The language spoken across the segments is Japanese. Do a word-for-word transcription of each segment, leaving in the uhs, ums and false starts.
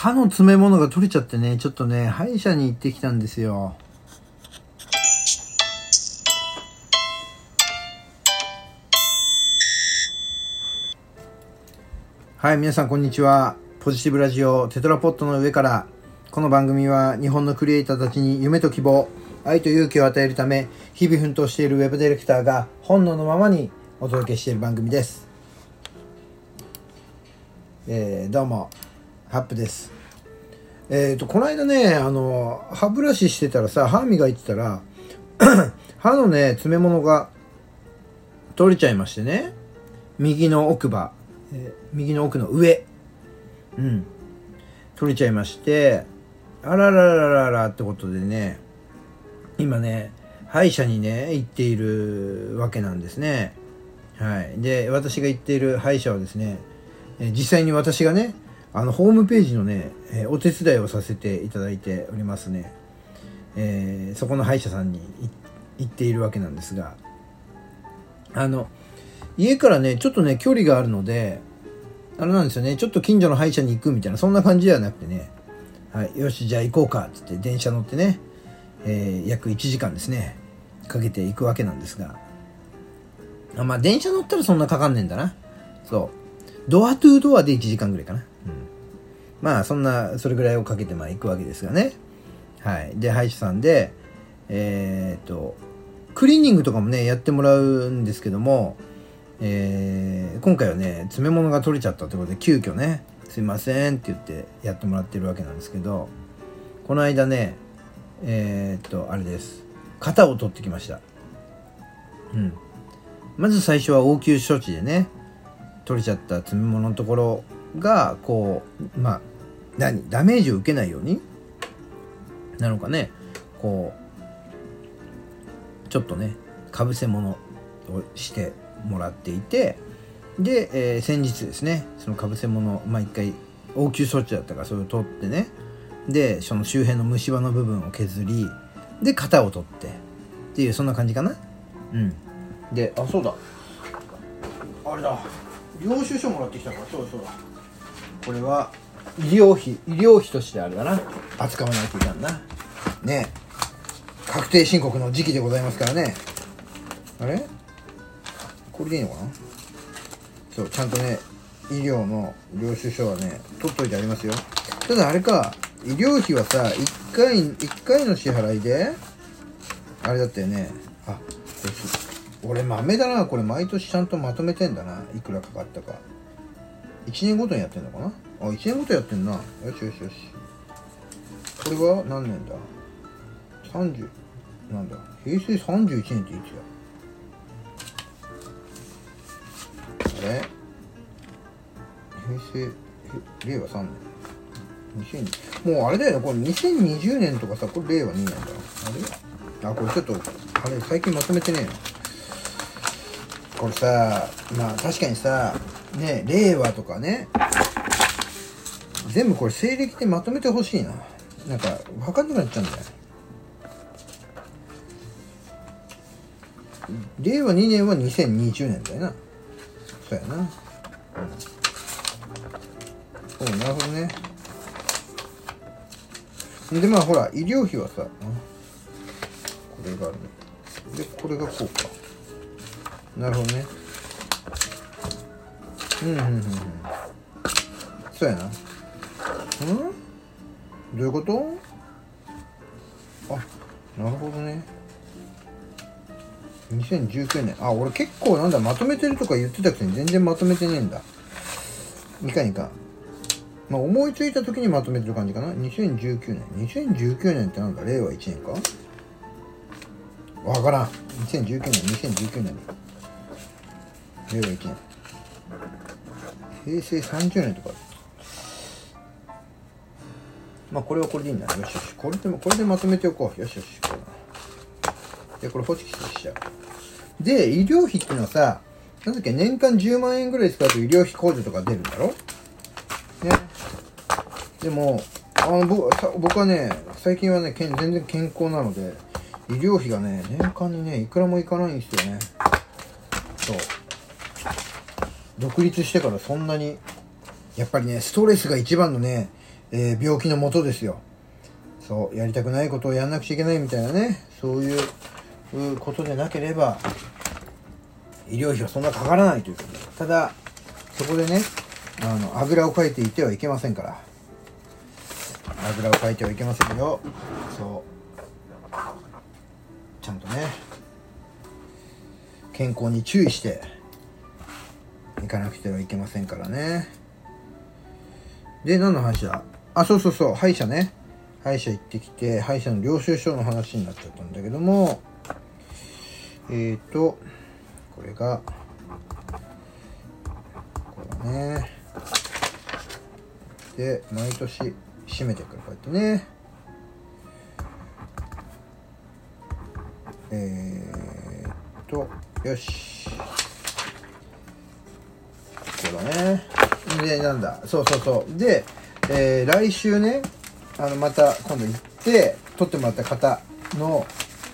歯の詰め物が取れちゃってね、ちょっとね、歯医者に行ってきたんですよ。はい、皆さんこんにちは。ポジティブラジオテトラポットの上から。この番組は日本のクリエイターたちに夢と希望、愛と勇気を与えるため、日々奮闘しているウェブディレクターが本能のままにお届けしている番組です。えー、どうも、ハップです。えーと、この間ね、あの、歯ブラシしてたらさ、歯磨いてたら、歯のね、詰め物が取れちゃいましてね、右の奥歯、えー、右の奥の上、うん、取れちゃいまして、あらららららってことでね、今ね、歯医者にね、行っているわけなんですね。はい。で、私が行っている歯医者はですね、えー、実際に私がね、あの、ホームページのね、えー、お手伝いをさせていただいておりますね。えー、そこの歯医者さんに行っているわけなんですが、あの、家からね、ちょっとね、距離があるので、あれなんですよね、ちょっと近所の歯医者に行くみたいな、そんな感じではなくてね、はい、よし、じゃあ行こうか、つって電車乗ってね、えー、約いちじかんですね、かけて行くわけなんですが、あ、まあ、電車乗ったらそんなかかんねえんだな。そう。ドアトゥードアでいちじかんぐらいかな。うん。まあ、そんな、それぐらいをかけて、まあ、行くわけですがね。はい。で、歯医者さんで、えー、っと、クリーニングとかもね、やってもらうんですけども、えー、今回はね、詰め物が取れちゃったということで、急遽ね、すいませんって言ってやってもらってるわけなんですけど、この間ね、えー、っと、あれです。型を取ってきました。うん。まず最初は応急処置でね、取れちゃった詰め物のところが、こう、まあ、何、ダメージを受けないようになのかね、こう、ちょっとね、かぶせ物をしてもらっていて、で、えー、先日ですね、そのかぶせ物、まあ一回、応急処置だったからそれを取ってね、で、その周辺の虫歯の部分を削り、で、型を取って、っていう、そんな感じかな。うん。で、あ、そうだ。あれだ。領収書もらってきたから、そうだそうだ。これは、医療費、医療費としてあれだな。扱わないといかんな。ねえ。確定申告の時期でございますからね。あれこれでいいのかな。そう、ちゃんとね、医療の領収書はね、取っといてありますよ。ただあれか、医療費はさ、いっかい、いっかいの支払いで、あれだったよね。あ、これ俺豆だな。これ毎年ちゃんとまとめてんだな。いくらかかったか。いちねんごとにやってんのかな。あ、いちねんごとやってんな。よしよしよし。これは何年だ ?さんじゅう、なんだ。平成さんじゅういちねんっていつだ。あれ平成、令和さんねん。にせん、もうあれだよね。これにせんにじゅうねんとかさ、これ令和にねんだ。あれあ、これちょっと、あれ最近まとめてねえな。これさ、まあ確かにさ、ね、令和とかね、全部これ西暦でまとめてほしいな。なんか、わかんなくなっちゃうんだよ。令和にねんはにせんにじゅうねんだよな。そうやな。うん。そう、なるほどね。で、まあほら、医療費はさ、これがあるね。で、これがこうか。なるほどね。うんうんうんうん。そうやな。うんどういうこと？あ、なるほどね。にせんじゅうきゅうねん。あ、俺結構なんだ、まとめてるとか言ってたくせに全然まとめてねえんだ。いかんいかん。まあ思いついた時にまとめてる感じかな。にせんじゅうきゅうねん。にせんじゅうきゅうねんってなんだ、令和いちねんか？わからん。にせんじゅうきゅうねん、にせんじゅうきゅうねん。令和いちねん。平成さんじゅうねんとか。まあこれはこれでいいんだね。よしよし。これでも、これでまとめておこう。よしよし。これで、これホチキスにしちゃう。で、医療費っていうのはさ、なんだっけ、年間じゅうまんえんぐらい使うと医療費控除とか出るんだろ？ね。でも、あの、僕、僕はね、最近はね、全然健康なので、医療費がね、年間にね、いくらもいかないんですよね。そう。独立してからそんなに、やっぱりね、ストレスが一番のね、 えー、病気のもとですよ。そうやりたくないことをやんなくちゃいけないみたいなね、そういうことでなければ医療費はそんなかからないということで、ただそこでね、あのあぐらをかいていてはいけませんから、あぐらをかいてはいけませんよ。そうちゃんとね健康に注意していかなくてはいけませんからね。で、何の話だ？あ、そうそうそう、歯医者ね。歯医者行ってきて、歯医者の領収書の話になっちゃったんだけども、えーとこれがこれね、で毎年締めてくる、こうやってね、えーとよし、こうだね。で、なんだ、そうそうそうで、えー、来週ね、あのまた今度行って取ってもらった方の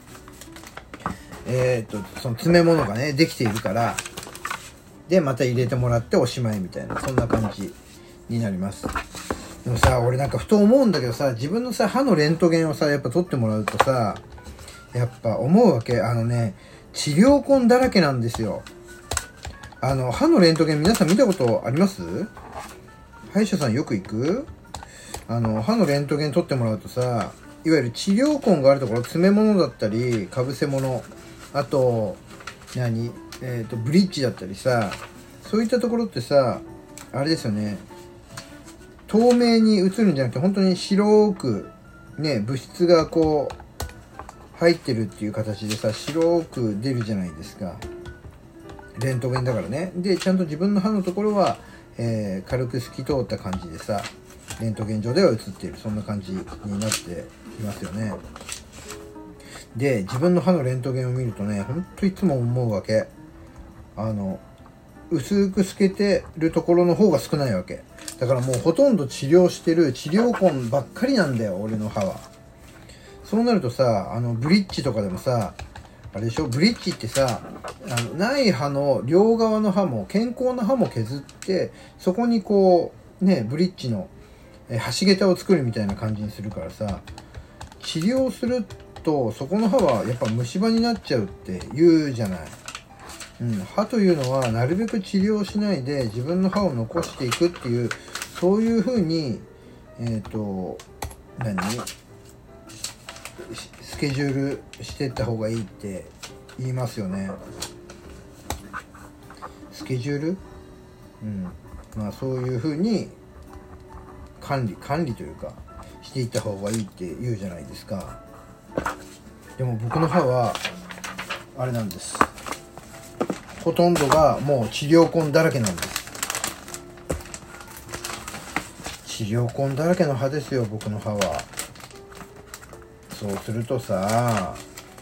えー、とその詰め物がねできているから、でまた入れてもらっておしまいみたいな、そんな感じになります。でもさ、俺なんかふと思うんだけどさ、自分のさ歯のレントゲンをさやっぱ取ってもらうとさ、やっぱ思うわけ。あのね、治療痕だらけなんですよ。あの歯のレントゲン皆さん見たことあります？歯医者さんよく行く？あの歯のレントゲン取ってもらうとさ、いわゆる治療痕があるところ、詰め物だったりかぶせ物、あと何、えーとブリッジだったりさ、そういったところってさ、あれですよね、透明に映るんじゃなくて本当に白くね、物質がこう入ってるっていう形でさ、白く出るじゃないですか、レントゲンだからね。でちゃんと自分の歯のところは、えー、軽く透き通った感じでさ、レントゲン上では映っている、そんな感じになっていますよね。で自分の歯のレントゲンを見るとね、ほんといつも思うわけ。あの薄く透けてるところの方が少ないわけだから、もうほとんど治療してる治療痕ばっかりなんだよ、俺の歯は。そうなるとさ、あのブリッジとかでもさ、あれでしょ、ブリッジってさ、あのない歯の両側の歯も健康な歯も削って、そこにこうね、ブリッジの橋桁を作るみたいな感じにするからさ、治療するとそこの歯はやっぱ虫歯になっちゃうって言うじゃない。うん、歯というのはなるべく治療しないで自分の歯を残していくっていう、そういう風にえっと何スケジュールしていった方がいいって言いますよね。スケジュール、うん、まあそういう風に管理管理というかしていった方がいいって言うじゃないですか。でも僕の歯はあれなんです、ほとんどがもう治療痕だらけなんです。治療痕だらけの歯ですよ、僕の歯は。そうするとさ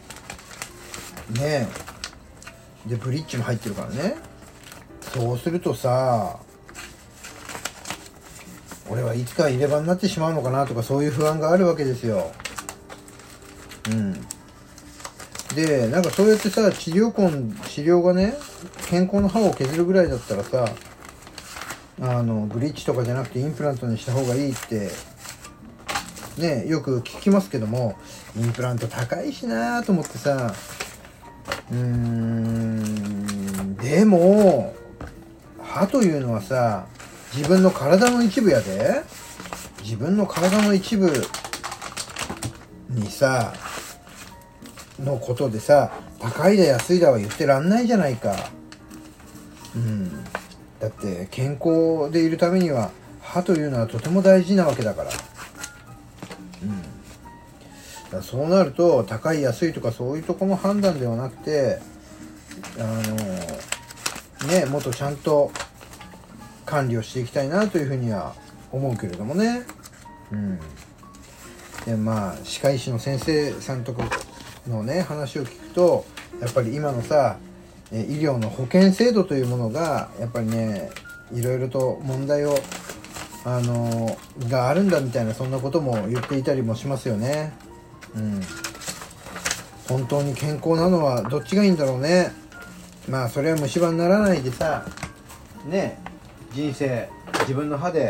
ねえ、でブリッジも入ってるからね、そうするとさ、俺はいつか入れ歯になってしまうのかなとか、そういう不安があるわけですよ。うんで、なんかそうやってさ、治療痕、治療がね、健康の歯を削るぐらいだったらさ、あのブリッジとかじゃなくてインプラントにした方がいいってね、よく聞きますけども、インプラント高いしなと思ってさ、うーんでも歯というのはさ、自分の体の一部やで、自分の体の一部にさのことでさ、高いだ安いだは言ってらんないじゃないか。うんだって健康でいるためには歯というのはとても大事なわけだから。うんだからそうなると、高い安いとかそういうとこの判断ではなくて、あのね、もっとちゃんと管理をしていきたいなというふうには思うけれどもね。うんでまあ歯科医師の先生さんとこのね話を聞くと、やっぱり今のさ医療の保険制度というものがやっぱりね、いろいろと問題をあのがあるんだみたいな、そんなことも言っていたりもしますよね。うん本当に健康なのはどっちがいいんだろうね。まあそれは虫歯にならないでさね、人生自分の歯で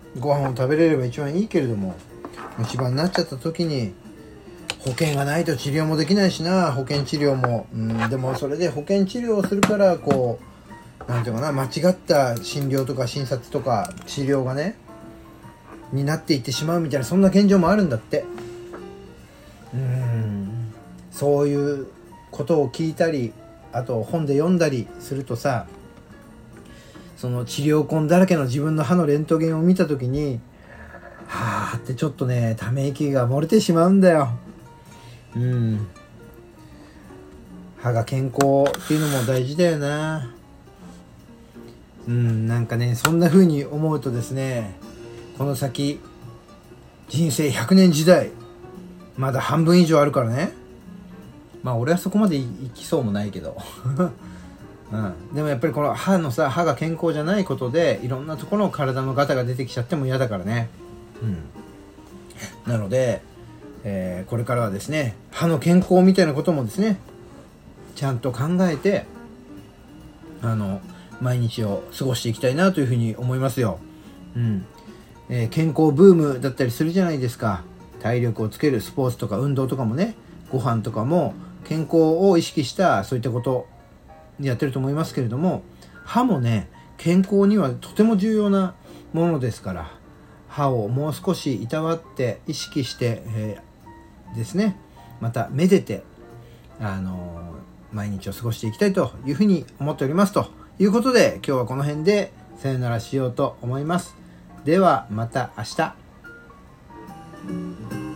ご飯を食べれれば一番いいけれども、虫歯になっちゃった時に保険がないと治療もできないしな。保険治療も、うん、でもそれで保険治療をするからこうなんていうかな、間違った診療とか診察とか治療がねになっていってしまうみたいな、そんな現状もあるんだって。うーんそういうことを聞いたり、あと本で読んだりするとさ、その治療痕だらけの自分の歯のレントゲンを見た時に、はーってちょっとねため息が漏れてしまうんだよ。うん歯が健康っていうのも大事だよな。うんなんかねそんな風に思うとですね、この先人生ひゃくねん時代まだ半分以上あるからね。まあ俺はそこまでいきそうもないけど、うん、でもやっぱりこの歯のさ歯が健康じゃないことでいろんなところの体のガタが出てきちゃっても嫌だからね。うん、なので、えー、これからはですね歯の健康みたいなこともですねちゃんと考えてあの毎日を過ごしていきたいなというふうに思いますよ。うんえー、健康ブームだったりするじゃないですか。体力をつけるスポーツとか運動とかもね、ご飯とかも健康を意識したそういったことやってると思いますけれども、歯もね健康にはとても重要なものですから、歯をもう少しいたわって意識して、えー、ですねまためでて、あのー、毎日を過ごしていきたいというふうに思っておりますということで、今日はこの辺でさよならしようと思います。ではまた明日。